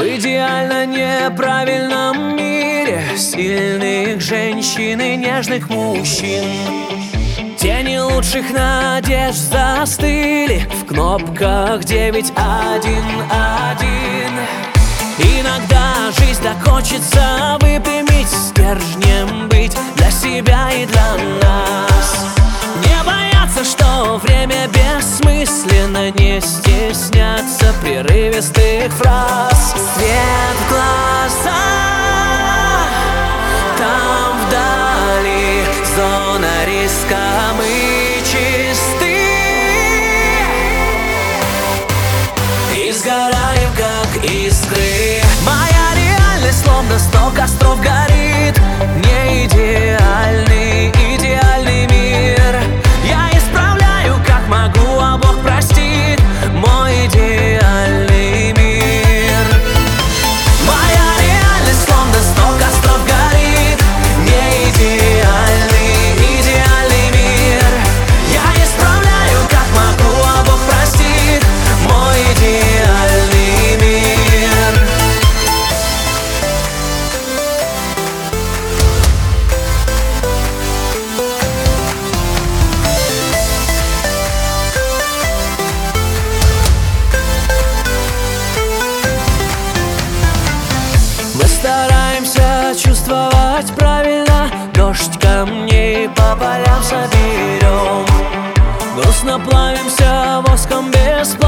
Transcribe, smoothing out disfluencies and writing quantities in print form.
В идеально неправильном мире сильных женщин и нежных мужчин тени лучших надежд застыли в кнопках 911. Иногда жизнь так хочется выпрямить, стержнем быть для себя и для нас. Не бояться, что время бессмысленно, не стесняться прерывистых фраз. Свет в глазах, там вдали зона риска, мы чисты и сгораем, как искры. Моя реальность словно 100 костров горит. Не идеальный, идеальный мир я исправляю, как могу, а Бог простит мой идеальный мир. Моя реальность словно 100 костров горит. Не идеальный, идеальный мир я исправляю, как могу, а Бог простит мой идеальный мир. Мы стараемся чувствовать правильно, дождь камней по полям соберем. Грустно плавимся воском без